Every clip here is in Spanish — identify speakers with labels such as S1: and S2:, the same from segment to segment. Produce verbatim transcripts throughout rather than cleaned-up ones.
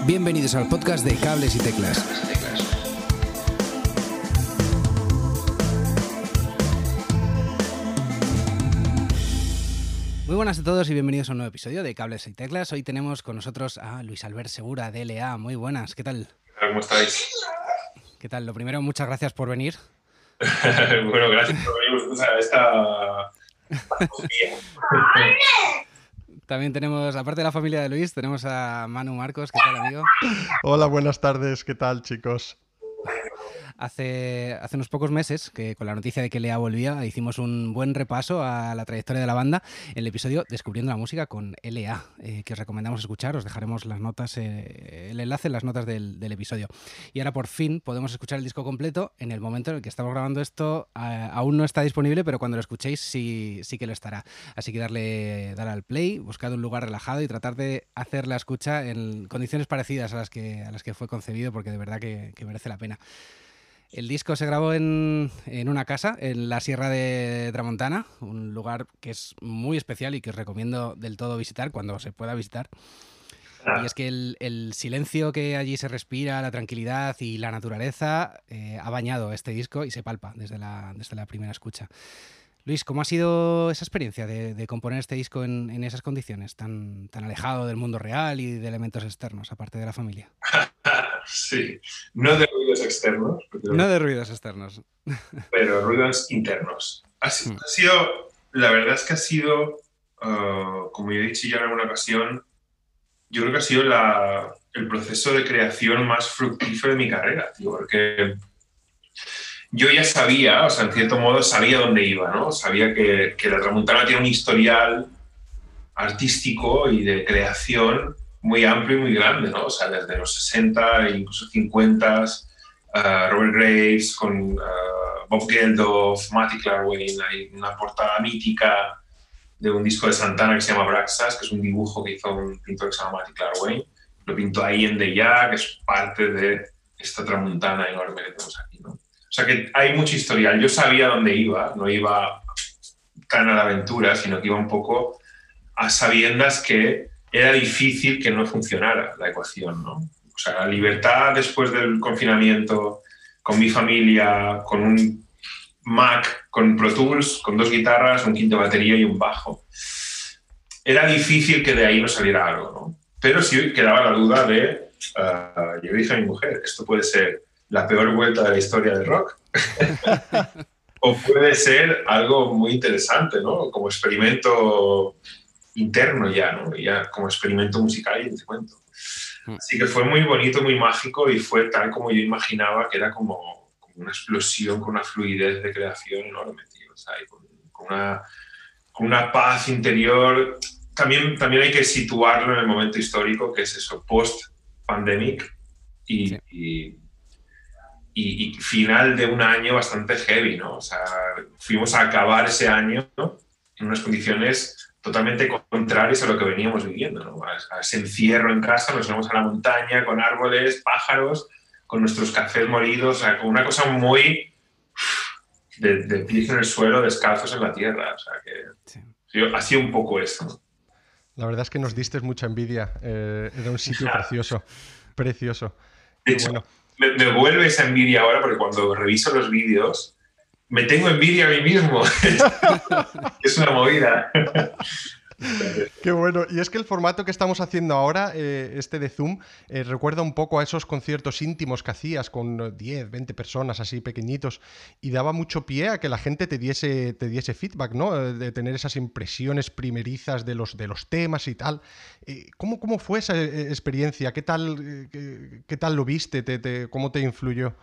S1: Bienvenidos al podcast de Cables y Teclas. Muy buenas a todos y bienvenidos a un nuevo episodio de Cables y Teclas. Hoy tenemos con nosotros a Luis Albert Segura de L A. Muy buenas, ¿qué tal?
S2: ¿Cómo estáis?
S1: ¿Qué tal? Lo primero, muchas gracias por venir.
S2: Bueno, gracias por venir a esta...
S1: También tenemos, aparte de la familia de Luis, tenemos a Manu Marcos. ¿Qué tal, amigo?
S3: Hola, buenas tardes. ¿Qué tal, chicos?
S1: Hace, hace unos pocos meses, que con la noticia de que L A volvía, hicimos un buen repaso a la trayectoria de la banda en el episodio Descubriendo la Música con L A, eh, que os recomendamos escuchar. Os dejaremos las notas, eh, el enlace en las notas del, del episodio. Y ahora por fin podemos escuchar el disco completo. En el momento en el que estamos grabando esto, eh, aún no está disponible, pero cuando lo escuchéis sí, sí que lo estará. Así que darle, dar al play, buscad un lugar relajado y tratar de hacer la escucha en condiciones parecidas a las que, a las que fue concebido, porque de verdad que, que merece la pena. El disco se grabó en, en una casa, en la Sierra de Tramontana, un lugar que es muy especial y que os recomiendo del todo visitar cuando se pueda visitar. Y es que el, el silencio que allí se respira, la tranquilidad y la naturaleza eh, ha bañado este disco y se palpa desde la, desde la primera escucha. Luis, ¿cómo ha sido esa experiencia de, de componer este disco en, en esas condiciones, tan, tan alejado del mundo real y de elementos externos, aparte de la familia?
S2: Sí, no de ruidos externos.
S1: Pero, no de ruidos externos.
S2: Pero ruidos internos. Ha, sido, ha sido, la verdad es que ha sido, uh, como he dicho ya en alguna ocasión, yo creo que ha sido la, el proceso de creación más fructífero de mi carrera, tío, porque yo ya sabía, o sea, en cierto modo sabía dónde iba, ¿no? Sabía que, que la Tramontana tiene un historial artístico y de creación muy amplio y muy grande, ¿no? O sea, desde los sesenta e incluso cincuenta, uh, Robert Graves con uh, Bob Geldof, Matty Clarkwain, hay una portada mítica de un disco de Santana que se llama Braxas, que es un dibujo que hizo un pintor que se llama Matty Clarkwain. Lo pintó ahí en De Ya, que es parte de esta Tramontana enorme que tenemos aquí, ¿no? O sea, que hay mucho historial. Yo sabía dónde iba, no iba tan a la aventura, sino que iba un poco a sabiendas que era difícil que no funcionara la ecuación, ¿no? O sea, la libertad después del confinamiento, con mi familia, con un Mac, con Pro Tools, con dos guitarras, un quinto de batería y un bajo. Era difícil que de ahí no saliera algo, ¿no? Pero sí quedaba la duda de, uh, yo dije a mi mujer, esto puede ser la peor vuelta de la historia del rock o puede ser algo muy interesante, ¿no? Como experimento interno ya, ¿no? Ya como experimento musical y te cuento. Así que fue muy bonito, muy mágico y fue tal como yo imaginaba, que era como, como una explosión con una fluidez de creación enorme, tío. O sea, y con, con, una, con una paz interior. También, también hay que situarlo en el momento histórico, que es eso, post-pandemic y, sí. y, y, y final de un año bastante heavy, ¿no? O sea, fuimos a acabar ese año, ¿no? En unas condiciones totalmente contrarios a lo que veníamos viviendo, ¿no? A, a ese encierro en casa, nos vamos a la montaña con árboles, pájaros, con nuestros cafés molidos, o sea, con una cosa muy de, de pies en el suelo, descalzos en la tierra, o sea, que sí. Ha sido un poco esto, ¿no?
S3: La verdad es que nos diste mucha envidia, eh, era un sitio precioso, precioso.
S2: De hecho, bueno. me, me vuelve esa envidia ahora porque cuando reviso los vídeos me tengo envidia a mí mismo. Es una movida.
S3: Qué bueno. Y es que el formato que estamos haciendo ahora, eh, este de Zoom, eh, recuerda un poco a esos conciertos íntimos que hacías con diez, veinte personas así pequeñitos y daba mucho pie a que la gente te diese, te diese feedback, ¿no? De tener esas impresiones primerizas de los, de los temas y tal. Eh, ¿cómo, ¿Cómo fue esa experiencia? ¿Qué tal, eh, qué, qué tal lo viste? ¿Te, te, ¿Cómo te influyó?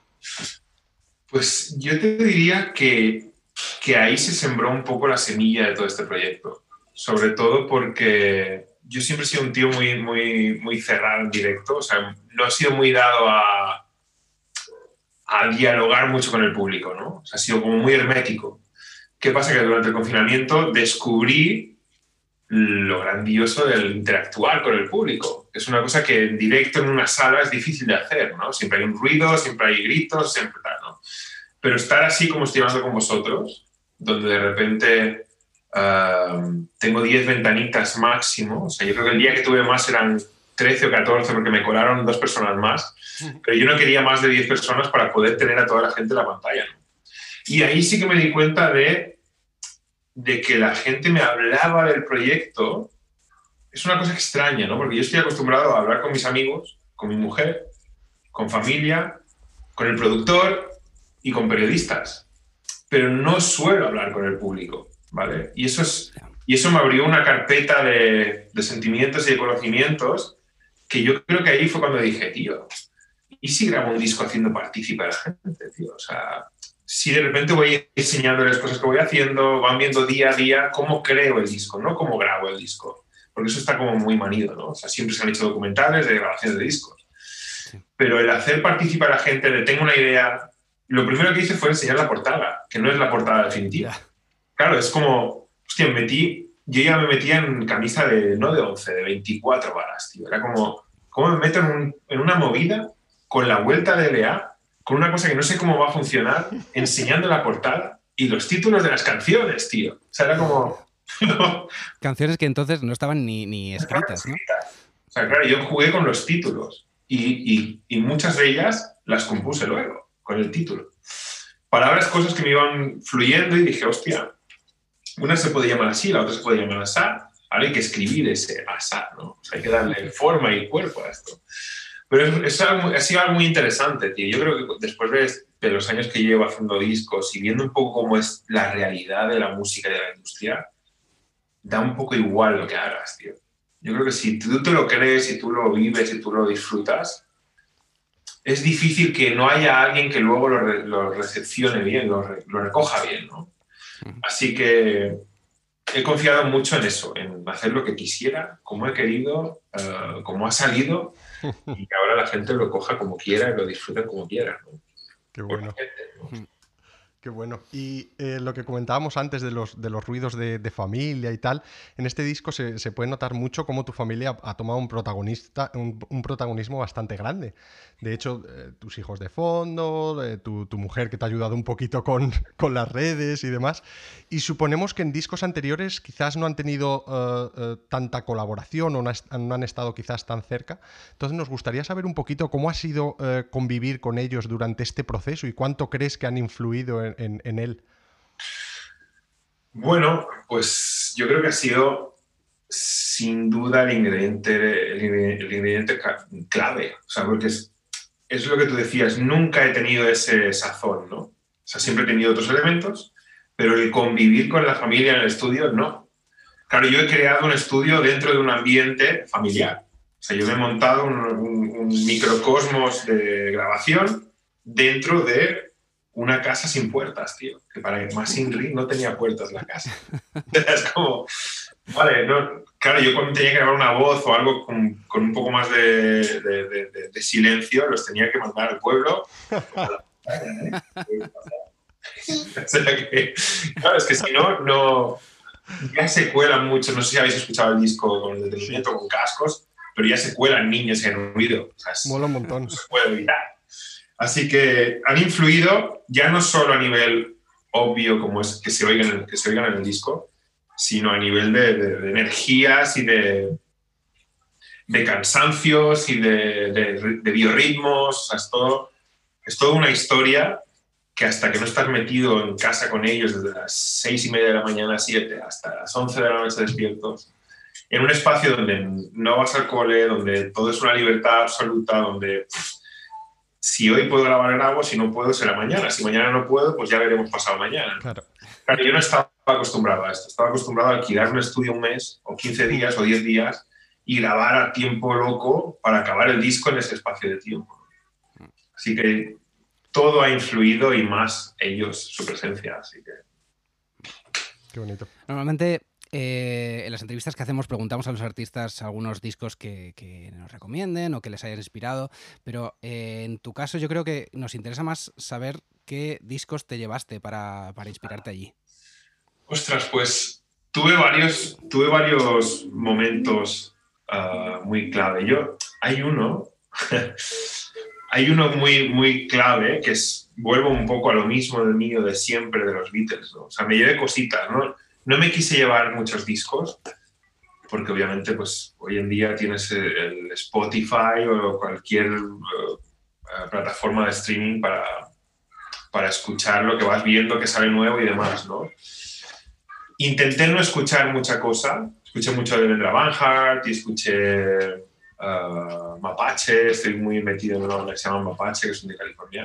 S2: Pues yo te diría que, que ahí se sembró un poco la semilla de todo este proyecto. Sobre todo porque yo siempre he sido un tío muy, muy, muy cerrado en directo. O sea, no he sido muy dado a, a dialogar mucho con el público, ¿no? O sea, he sido como muy hermético. ¿Qué pasa? Que durante el confinamiento descubrí lo grandioso del interactuar con el público. Es una cosa que en directo en una sala es difícil de hacer, ¿no? Siempre hay un ruido, siempre hay gritos, siempre tal, ¿no? Pero estar así como estoy hablando con vosotros, donde de repente uh, tengo diez ventanitas máximo, o sea, yo creo que el día que tuve más eran trece o catorce, porque me colaron dos personas más, pero yo no quería más de diez personas para poder tener a toda la gente en la pantalla, ¿no? Y ahí sí que me di cuenta de, de que la gente me hablaba del proyecto. Es una cosa extraña, ¿no? Porque yo estoy acostumbrado a hablar con mis amigos, con mi mujer, con familia, con el productor y con periodistas, pero no suelo hablar con el público, ¿vale? Y eso, es, y eso me abrió una carpeta de, de sentimientos y de conocimientos que yo creo que ahí fue cuando dije, tío, ¿y si grabo un disco haciendo partícipe a la gente, tío? O sea, si de repente voy enseñándoles cosas que voy haciendo, van viendo día a día cómo creo el disco, no cómo grabo el disco. Porque eso está como muy manido, ¿no? O sea, siempre se han hecho documentales de grabaciones de discos. Sí. Pero el hacer participar a la gente de tengo una idea, lo primero que hice fue enseñar la portada, que no es la portada definitiva. Yeah. Claro, es como, hostia, me metí... Yo ya me metía en camisa de, no de once, de veinticuatro varas, tío. Era como, ¿cómo me meto en, un, en una movida con la vuelta de L A, con una cosa que no sé cómo va a funcionar, enseñando la portada y los títulos de las canciones, tío? O sea, era como...
S1: Canciones que entonces no estaban ni, ni escritas, ¿no?
S2: O sea, claro, yo jugué con los títulos y, y, y muchas de ellas las compuse luego, con el título. Palabras, cosas que me iban fluyendo y dije, hostia... Una se puede llamar así, la otra se puede llamar asá. Ahora hay que escribir ese asá, ¿no? O sea, hay que darle forma y cuerpo a esto. Pero es, es algo, ha sido algo muy interesante, tío. Yo creo que después de, de los años que llevo haciendo discos y viendo un poco cómo es la realidad de la música y de la industria, da un poco igual lo que hagas, tío. Yo creo que si tú te lo crees, si tú lo vives, si tú lo disfrutas, es difícil que no haya alguien que luego lo, re, lo recepcione bien, lo, re, lo recoja bien, ¿no? Así que he confiado mucho en eso, en hacer lo que quisiera, como he querido, uh, como ha salido, y que ahora la gente lo coja como quiera y lo disfrute como quiera, ¿no?
S3: Qué bueno. Gente, ¿no? Qué bueno. Y eh, lo que comentábamos antes de los, de los ruidos de, de familia y tal, en este disco se, se puede notar mucho cómo tu familia ha tomado un, protagonista, un, un protagonismo bastante grande. De hecho, eh, tus hijos de fondo, eh, tu, tu mujer que te ha ayudado un poquito con, con las redes y demás. Y suponemos que en discos anteriores quizás no han tenido uh, uh, tanta colaboración o no, no han estado quizás tan cerca. Entonces nos gustaría saber un poquito cómo ha sido uh, convivir con ellos durante este proceso y cuánto crees que han influido en En, en él.
S2: Bueno, pues yo creo que ha sido sin duda el ingrediente, el ingrediente, el ingrediente clave, o sea, porque es, es lo que tú decías, nunca he tenido ese sazón, ¿no? O sea, siempre he tenido otros elementos, pero el convivir con la familia en el estudio, no. Claro, yo he creado un estudio dentro de un ambiente familiar. O sea, yo me he montado un, un, un microcosmos de grabación dentro de una casa sin puertas, tío. Que para Masinri no tenía puertas la casa. Es como... Vale, no, claro, yo cuando tenía que grabar una voz o algo con, con un poco más de, de, de, de, de silencio, los tenía que mandar al pueblo. O sea que, claro, es que si no, no... Ya se cuelan mucho, no sé si habéis escuchado el disco con detenimiento, sí, con cascos, pero ya se cuelan niños en ruido. O sea, es,
S3: mola un montón.
S2: No se puede evitar. Así que han influido ya no solo a nivel obvio, como es que se oigan, que se oigan en el disco, sino a nivel de, de, de energías y de, de cansancios y de, de, de biorritmos. O sea, es, todo, es toda una historia que hasta que no estás metido en casa con ellos desde las seis y media de la mañana a siete hasta las once de la noche despiertos, en un espacio donde no vas al cole, donde todo es una libertad absoluta, donde... Si hoy puedo grabar, grabo, si no puedo, será mañana. Si mañana no puedo, pues ya veremos pasado mañana.
S3: Claro.
S2: Claro, yo no estaba acostumbrado a esto. Estaba acostumbrado a alquilar un estudio un mes, o quince días, o diez días, y grabar a tiempo loco para acabar el disco en ese espacio de tiempo. Así que todo ha influido y más ellos, su presencia. Así que...
S3: Qué bonito.
S1: Normalmente... Eh, en las entrevistas que hacemos preguntamos a los artistas algunos discos que, que nos recomienden o que les hayan inspirado, pero eh, en tu caso yo creo que nos interesa más saber qué discos te llevaste para, para inspirarte allí.
S2: Ostras, pues tuve varios, tuve varios momentos uh, muy clave. Yo, hay uno, hay uno muy, muy clave que es, vuelvo un poco a lo mismo del mío de siempre de los Beatles, ¿no? O sea, me llevé cositas, ¿no? No me quise llevar muchos discos, porque obviamente pues hoy en día tienes el Spotify o cualquier uh, plataforma de streaming para, para escuchar lo que vas viendo que sale nuevo y demás, ¿no? Intenté no escuchar mucha cosa, escuché mucho de Vendra Banhart y escuché uh, Mapache, estoy muy metido en una banda que se llama Mapache, que son de California.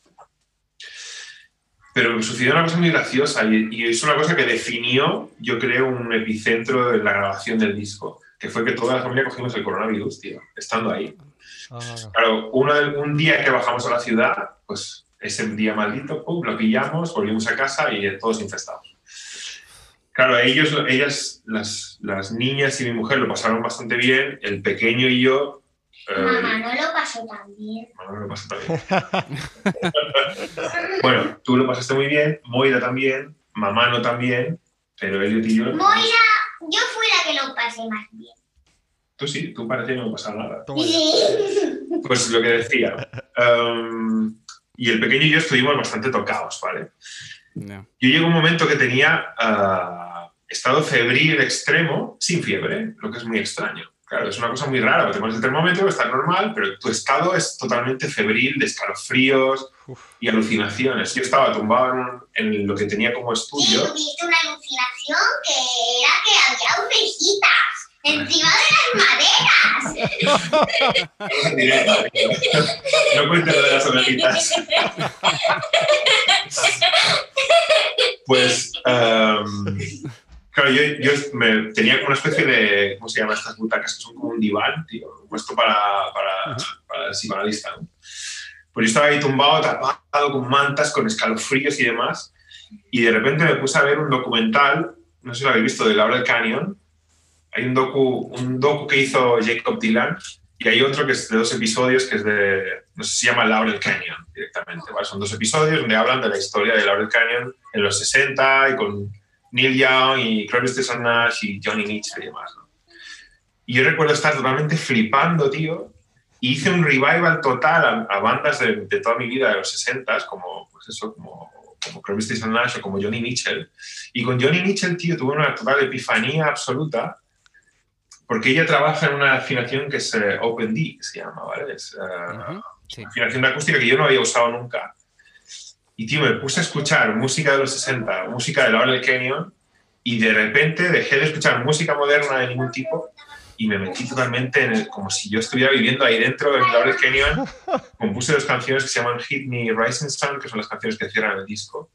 S2: Pero sucedió una cosa muy graciosa y, y es una cosa que definió, yo creo, un epicentro en la grabación del disco, que fue que toda la familia cogimos el coronavirus, tío, estando ahí. Ah. Claro, uno, un día que bajamos a la ciudad, pues ese día maldito, pum, lo pillamos, volvimos a casa y todos infestados. Claro, ellos, ellas, las, las niñas y mi mujer lo pasaron bastante bien, el pequeño y yo...
S4: Eh, Mamá no lo pasó tan bien.
S2: Mamá no lo pasó tan bien. Bueno, tú lo pasaste muy bien, Moira también, mamá no tan bien, pero Elliot y yo...
S4: Moira, yo fui la que lo pasé más bien.
S2: Tú sí, tú parecía que no pasaba nada.
S4: Sí.
S2: Pues lo que decía. Um, y el pequeño y yo estuvimos bastante tocados, ¿vale? No. Yo llegué a un momento que tenía uh, estado febril extremo sin fiebre, lo que es muy extraño. Claro, es una cosa muy rara, porque te pones el termómetro, está normal, pero tu estado es totalmente febril, de escalofríos Uf. y alucinaciones. Yo estaba tumbado en, en lo que tenía como estudio.
S4: Sí, tuviste una alucinación que era que había ovejitas encima de las maderas.
S2: No cuentes de las ovejitas. Pues... Um, Claro, yo, yo me, tenía como una especie de, ¿cómo se llama? Estas butacas que son como un diván, tío, puesto para, para, para el psicoanalista, ¿no? Pues yo estaba ahí tumbado, tapado, con mantas, con escalofríos y demás, y de repente me puse a ver un documental, no sé si lo habéis visto, de Laurel Canyon. Hay un docu, un docu que hizo Jacob Dylan, y hay otro que es de dos episodios, que es de, no sé si se llama Laurel Canyon directamente, ¿vale? Son dos episodios donde hablan de la historia de Laurel Canyon en los sesenta y con Neil Young y Crosby, Stills Nash y Johnny Mitchell y demás, ¿no? Y yo recuerdo estar totalmente flipando, tío, y hice un revival total a, a bandas de, de toda mi vida de los sesentas, como, pues eso, como, como Crosby, Stills Nash o como Johnny Mitchell. Y con Johnny Mitchell, tío, tuve una total epifanía absoluta, porque ella trabaja en una afinación que es uh, Open D, que se llama, ¿vale? Es uh, uh-huh. sí. una afinación de acústica que yo no había usado nunca. Y, tío, me puse a escuchar música de los sesenta, música de Laurel Canyon, y de repente dejé de escuchar música moderna de ningún tipo y me metí totalmente en el, como si yo estuviera viviendo ahí dentro del Laurel Canyon. Compuse dos canciones que se llaman Hit Me y Rising Sun, que son las canciones que cierran el disco.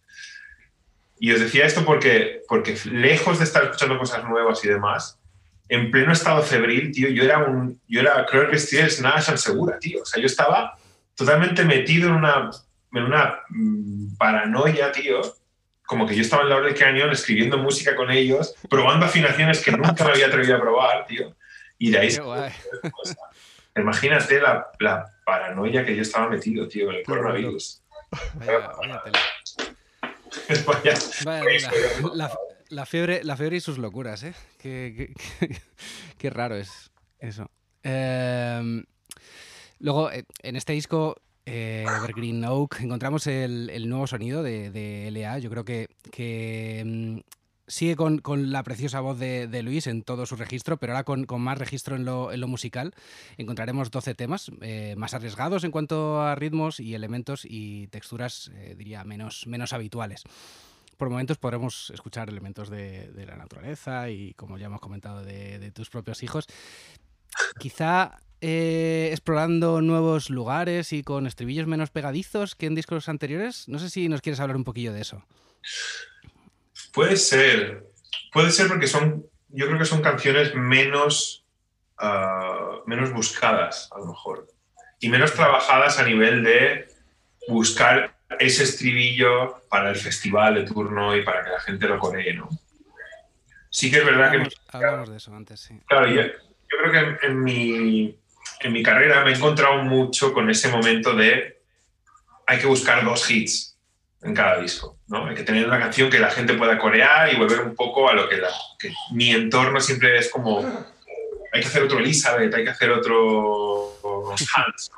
S2: Y os decía esto porque, porque lejos de estar escuchando cosas nuevas y demás, en pleno estado febril, tío, yo era un, yo era, creo que Stills Nash and Segura, tío. O sea, yo estaba totalmente metido en una... en una mmm, paranoia, tío, como que yo estaba en Laurel Canyon escribiendo música con ellos, probando afinaciones que nunca me había atrevido a probar, tío, y de ahí... Pues, imagínate la, la paranoia que yo estaba metido, tío, con el coronavirus.
S1: Vaya, vaya tela.
S2: Vaya,
S1: vaya, la, la, la, fiebre, la fiebre y sus locuras, ¿eh? Qué, qué, qué, qué raro es eso. Eh, luego, en este disco... Eh, Evergreen Oak, encontramos el, el nuevo sonido de, de L A. Yo creo que, que mmm, sigue con, con la preciosa voz de, de Luis en todo su registro, pero ahora con, con más registro en lo, en lo musical. Encontraremos doce temas eh, más arriesgados en cuanto a ritmos y elementos y texturas, eh, diría, menos, menos habituales. Por momentos podremos escuchar elementos de, de la naturaleza y, como ya hemos comentado, de, de tus propios hijos. Quizá... Eh, explorando nuevos lugares y con estribillos menos pegadizos que en discos anteriores. No sé si nos quieres hablar un poquillo de eso.
S2: Puede ser. Puede ser porque son, yo creo que son canciones menos, uh, menos buscadas, a lo mejor. Y menos trabajadas a nivel de buscar ese estribillo para el festival de turno y para que la gente lo coree, ¿no? Sí que es verdad
S1: hablamos,
S2: que...
S1: Hablamos de eso antes, sí.
S2: Claro, yo, yo creo que en, en mi... En mi carrera me he encontrado mucho con ese momento de hay que buscar dos hits en cada disco, ¿no? Hay que tener una canción que la gente pueda corear y volver un poco a lo que, la, que mi entorno siempre es como hay que hacer otro Elizabeth, hay que hacer otro Hans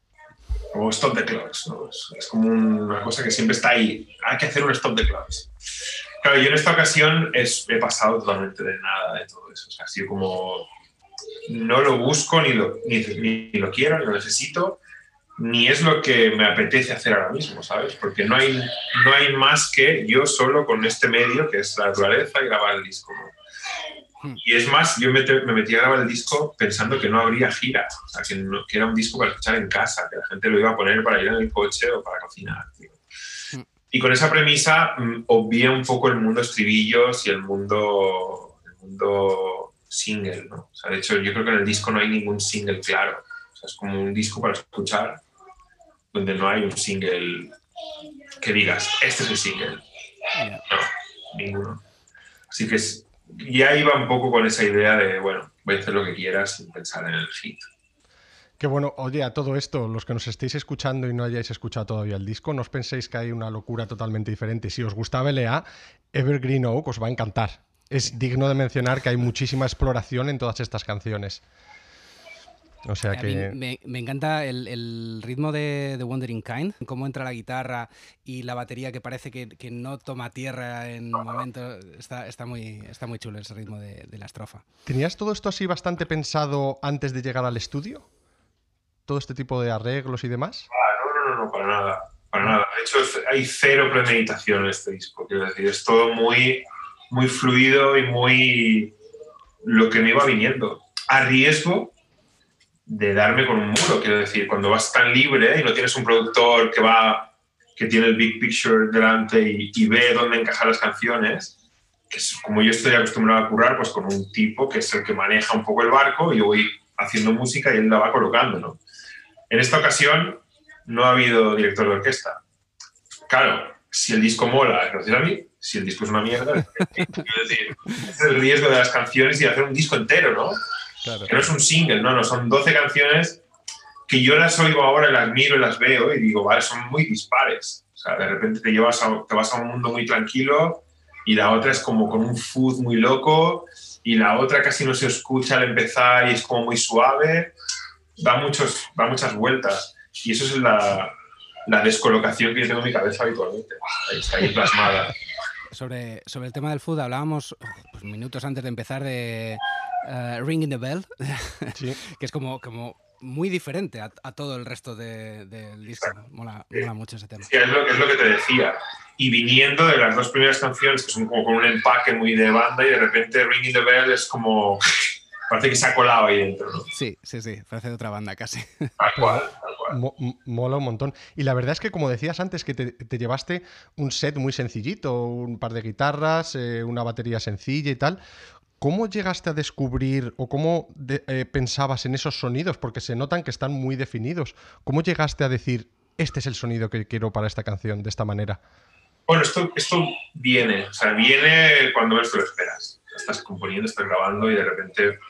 S2: o Stop the Clocks, ¿no? Es, es como una cosa que siempre está ahí, hay que hacer un Stop the Clocks. Claro, yo en esta ocasión es, he pasado totalmente de nada de todo eso. O sea, ha sido como... No lo busco, ni lo, ni, ni lo quiero, ni lo necesito, ni es lo que me apetece hacer ahora mismo, ¿sabes? Porque no hay, no hay más que yo solo con este medio, que es la naturaleza, y grabar el disco, ¿no? Y es más, yo me, me metí a grabar el disco pensando que no habría gira, o sea, que, no, que era un disco para escuchar en casa, que la gente lo iba a poner para ir en el coche o para cocinar, tío. Y con esa premisa mm, obvié un poco el mundo estribillos y el mundo, el mundo single, ¿no? O sea, de hecho, yo creo que en el disco no hay ningún single claro. O sea, es como un disco para escuchar donde no hay un single que digas, este es el single. No, ninguno. Así que es, ya iba un poco con esa idea de, bueno, voy a hacer lo que quieras sin pensar en el hit.
S3: Qué bueno. Oye, a todo esto, los que nos estéis escuchando y no hayáis escuchado todavía el disco, no os penséis que hay una locura totalmente diferente. Si os gustaba L A, Evergreen Oak os va a encantar. Es digno de mencionar que hay muchísima exploración en todas estas canciones. O sea que...
S1: A mí me, me encanta el, el ritmo de The Wandering Kind, cómo entra la guitarra y la batería que parece que, que no toma tierra en momentos. Está, está, muy, está muy chulo ese ritmo de, de la estrofa.
S3: ¿Tenías todo esto así bastante pensado antes de llegar al estudio? ¿Todo este tipo de arreglos y demás?
S2: Ah, no, no, no, no, para nada. Para nada. De hecho, hay cero premeditación en este disco. Quiero decir, es todo muy, muy fluido y muy lo que me iba viniendo. A riesgo de darme con un muro, quiero decir, cuando vas tan libre y no tienes un productor que va, que tiene el big picture delante y, y ve dónde encajar las canciones, que es como yo estoy acostumbrado a currar, pues con un tipo que es el que maneja un poco el barco y yo voy haciendo música y él la va colocando, ¿no? En esta ocasión no ha habido director de orquesta. Claro, si el disco mola, gracias a mí, si el disco es una mierda, quiero decir, es el riesgo de las canciones y de hacer un disco entero, ¿no? Claro. Que no es un single, no, no, son doce canciones que yo las oigo ahora, las miro y las veo y digo, vale, son muy dispares. O sea, de repente te, llevas a, te vas a un mundo muy tranquilo y la otra es como con un fuzz muy loco y la otra casi no se escucha al empezar y es como muy suave. Da, muchos, da muchas vueltas y eso es la, la descolocación que yo tengo en mi cabeza habitualmente. Ahí está ahí plasmada.
S1: Sobre, sobre el tema del fuzz hablábamos pues, minutos antes de empezar de uh, Ringing the Bell, sí. que es como, como muy diferente a, a todo el resto de, del disco. Mola, mola mucho ese tema.
S2: Sí, es, lo, es lo que te decía. Y viniendo de las dos primeras canciones, que son como con un empaque muy de banda, y de repente Ringing the Bell es como... Parece que se ha colado ahí dentro, ¿no?
S1: Sí, sí, sí. Parece de otra banda casi.
S2: Tal cual, tal cual.
S3: Mo mola un montón. Y la verdad es que, como decías antes, que te, te llevaste un set muy sencillito, un par de guitarras, eh, una batería sencilla y tal. ¿Cómo llegaste a descubrir o cómo de, eh, pensabas en esos sonidos? Porque se notan que están muy definidos. ¿Cómo llegaste a decir, este es el sonido que quiero para esta canción, de esta manera?
S2: Bueno, esto, esto viene. O sea, viene cuando menos te lo esperas. Estás componiendo, estás grabando y de repente...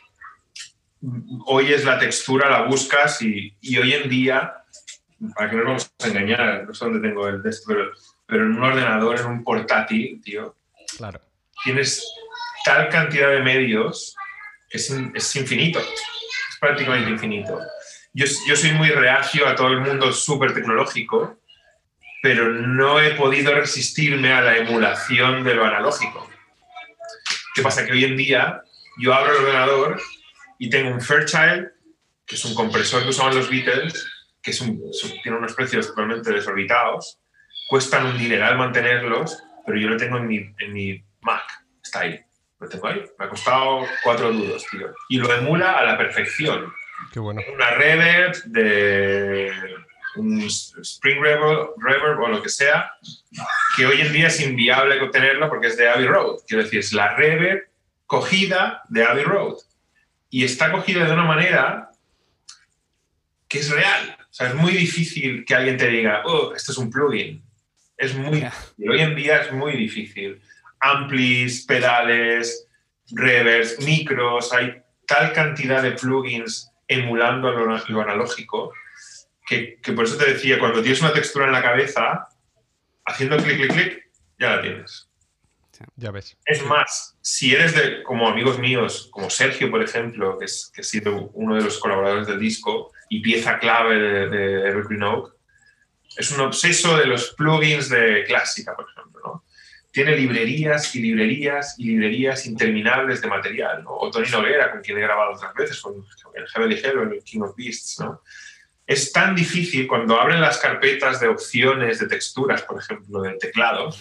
S2: oyes la textura, la buscas y, y hoy en día, para que no nos vamos a engañar, no sé dónde tengo el texto, pero, pero en un ordenador, en un portátil, tío,
S3: claro.
S2: Tienes tal cantidad de medios que es, es infinito, es prácticamente infinito. Yo, yo soy muy reacio a todo el mundo súper tecnológico, pero no he podido resistirme a la emulación de lo analógico. ¿Qué pasa? Que hoy en día yo abro el ordenador y tengo un Fairchild, que es un compresor que usaban los Beatles, que es un, tiene unos precios totalmente desorbitados, cuestan un dineral mantenerlos, pero yo lo tengo en mi, en mi Mac, está ahí, lo tengo ahí. Me ha costado cuatro duros, tío. Y lo emula a la perfección.
S3: Qué bueno.
S2: Una reverb de un Spring Reverb, reverb o lo que sea, que hoy en día es inviable obtenerlo porque es de Abbey Road. Quiero decir, es la reverb cogida de Abbey Road. Y está cogida de una manera que es real. O sea, es muy difícil que alguien te diga, oh, esto es un plugin. Es muy difícil. Hoy en día es muy difícil. Amplis, pedales, reverbs, micros, hay tal cantidad de plugins emulando lo, lo analógico que, que por eso te decía, cuando tienes una textura en la cabeza, haciendo clic, clic, clic, ya la tienes.
S3: Ya ves.
S2: Es más, si eres de, como amigos míos, como Sergio, por ejemplo, que, es, que ha sido uno de los colaboradores del disco y pieza clave de, de Evergreen Oak, es un obseso de los plugins de clásica, por ejemplo, ¿no? tiene librerías y librerías y librerías interminables de material, ¿no? O Tony Noguera, con quien he grabado otras veces, con el Heavenly Hell o el King of Beasts, ¿no? Es tan difícil cuando abren las carpetas de opciones, de texturas, por ejemplo, de teclados.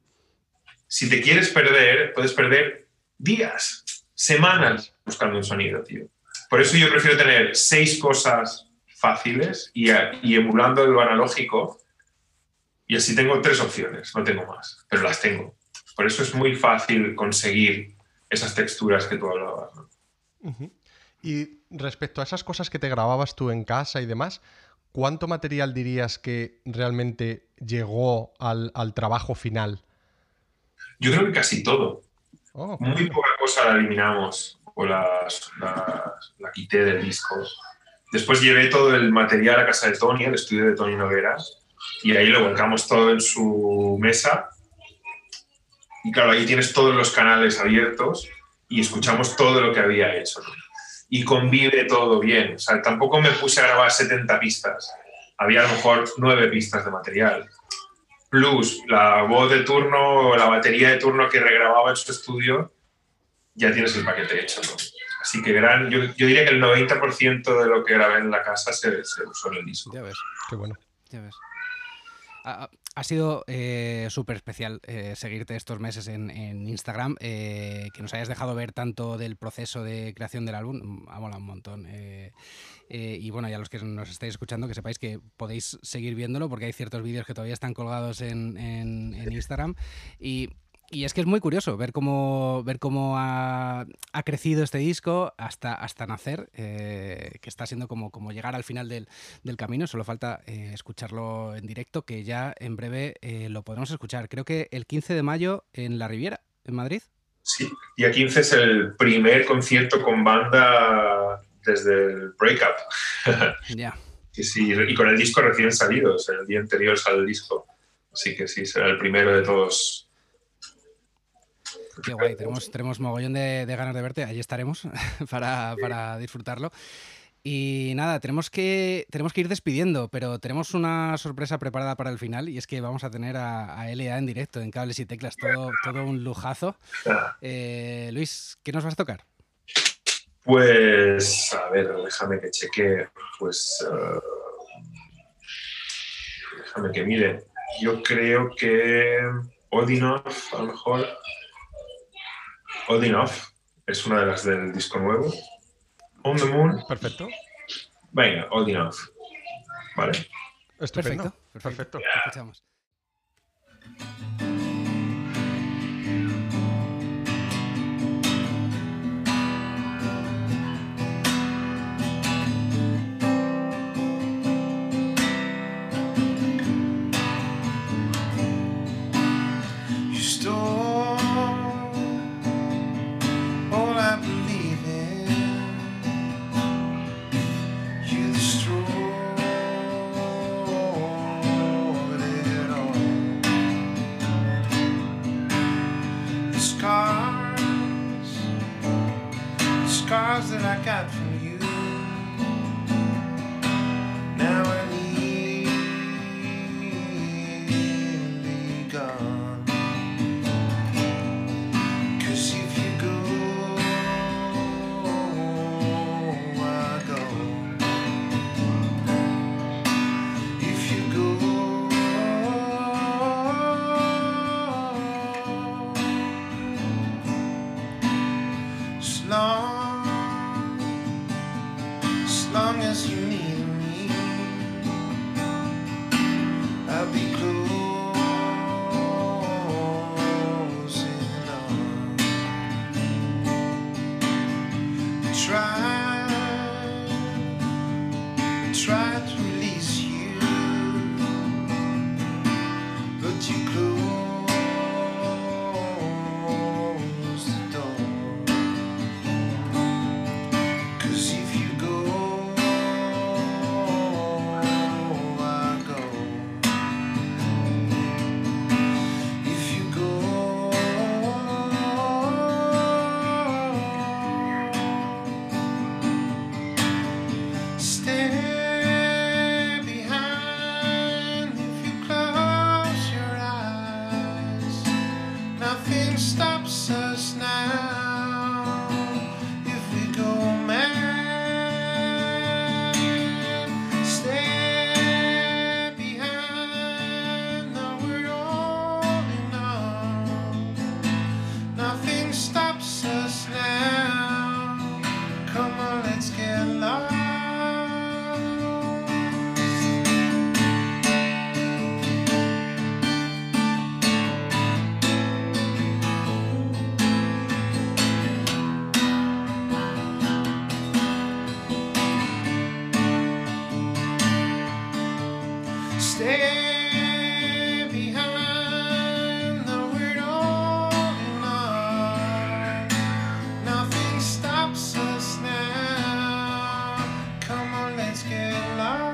S2: Si te quieres perder, puedes perder días, semanas buscando un sonido, tío. Por eso yo prefiero tener seis cosas fáciles y, y emulando lo analógico, y así tengo tres opciones, no tengo más, pero las tengo. Por eso es muy fácil conseguir esas texturas que tú hablabas, ¿no?
S3: Uh-huh. Y respecto a esas cosas que te grababas tú en casa y demás, ¿cuánto material dirías que realmente llegó al, al trabajo final?
S2: Yo creo que casi todo.
S3: Oh,
S2: Muy
S3: bueno.
S2: poca cosa la eliminamos o la, la, la quité del disco. Después llevé todo el material a casa de Tony, al estudio de Tony Noguera, y ahí lo volcamos todo en su mesa. Y claro, ahí tienes todos los canales abiertos y escuchamos todo lo que había hecho, ¿no? Y convive todo bien. O sea, tampoco me puse a grabar setenta pistas. Había a lo mejor nueve pistas de material. Plus la voz de turno o la batería de turno que regrababa en su estudio, ya tienes el paquete hecho, ¿no? Así que gran, yo, yo diría que el noventa por ciento de lo que grabé en la casa se, se usó en el disco.
S1: Ya ves.
S3: Qué bueno.
S1: Ya ves. Ha, ha sido eh, súper especial eh, seguirte estos meses en, en Instagram, eh, que nos hayas dejado ver tanto del proceso de creación del álbum, ha molado un montón. Eh, eh, y bueno, ya los que nos estáis escuchando, que sepáis que podéis seguir viéndolo porque hay ciertos vídeos que todavía están colgados en, en, en Instagram. Y... Y es que es muy curioso ver cómo, ver cómo ha, ha crecido este disco hasta, hasta nacer, eh, que está siendo como, como llegar al final del, del camino. Solo falta eh, escucharlo en directo, que ya en breve eh, lo podremos escuchar. Creo que el quince de mayo en La Riviera, en Madrid.
S2: Sí, día quince es el primer concierto con banda desde el breakup.
S1: Ya.
S2: Sí, sí, y con el disco recién salido, o sea, el día anterior sale el disco. Así que sí, será el primero de todos.
S1: Qué guay, tenemos, tenemos mogollón de, de ganas de verte, allí estaremos para, para disfrutarlo. Y nada, tenemos que, tenemos que ir despidiendo, pero tenemos una sorpresa preparada para el final y es que vamos a tener a, a L A en directo, en Cables y Teclas, todo, todo un lujazo. Eh, Luis, ¿qué nos vas a tocar?
S2: Pues, a ver, déjame que cheque, pues, uh, déjame que mire. Yo creo que Odinov, a lo mejor... Odinov es una de las del disco nuevo. On the Moon.
S3: Perfecto.
S2: Venga, Odinov. Vale.
S3: Estupendo.
S1: Perfecto, perfecto.
S3: Perfecto.
S1: Te escuchamos.
S5: Scars that I got from you. Now I need be gone. 'Cause if you go, I go. If you go, as long long as you need me, I'll be close enough. Try, try to release you, but you close the door. 'Cause if you go, stay stay behind the word on line. Nothing stops us now. Come on, let's get lost.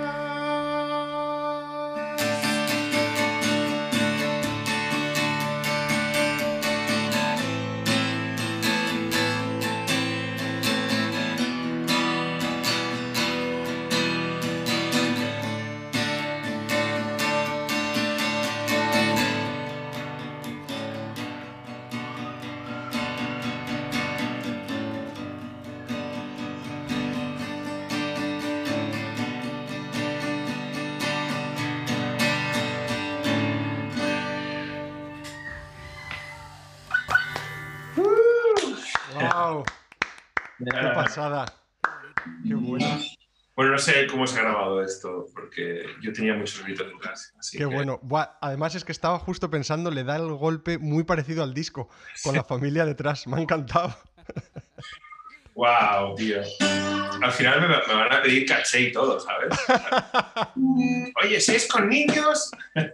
S3: ¡Wow! ¡Qué pasada! ¡Qué bueno!
S2: Bueno, no sé cómo se ha grabado esto, porque yo tenía muchos gritos detrás. Así
S3: ¡Qué
S2: que...
S3: bueno! Buah, además es que estaba justo pensando, le da el golpe muy parecido al disco, con la familia detrás. Me ha encantado.
S2: ¡Wow, tío! Al final me, me van a pedir caché y todo, ¿sabes? Oye, ¿si es con niños?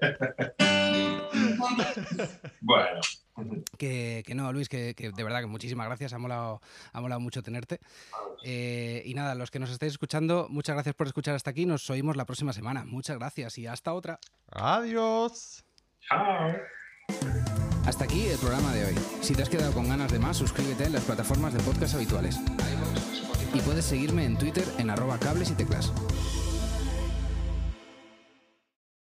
S2: Bueno.
S1: Que, que no, Luis, que, que de verdad que muchísimas gracias, ha molado, ha molado mucho tenerte. Eh, y nada, los que nos estáis escuchando, muchas gracias por escuchar hasta aquí, nos oímos la próxima semana. Muchas gracias y hasta otra.
S3: ¡Adiós!
S2: Chao.
S1: Hasta aquí el programa de hoy. Si te has quedado con ganas de más, suscríbete en las plataformas de podcast habituales. Y puedes seguirme en Twitter en arroba cables y teclas.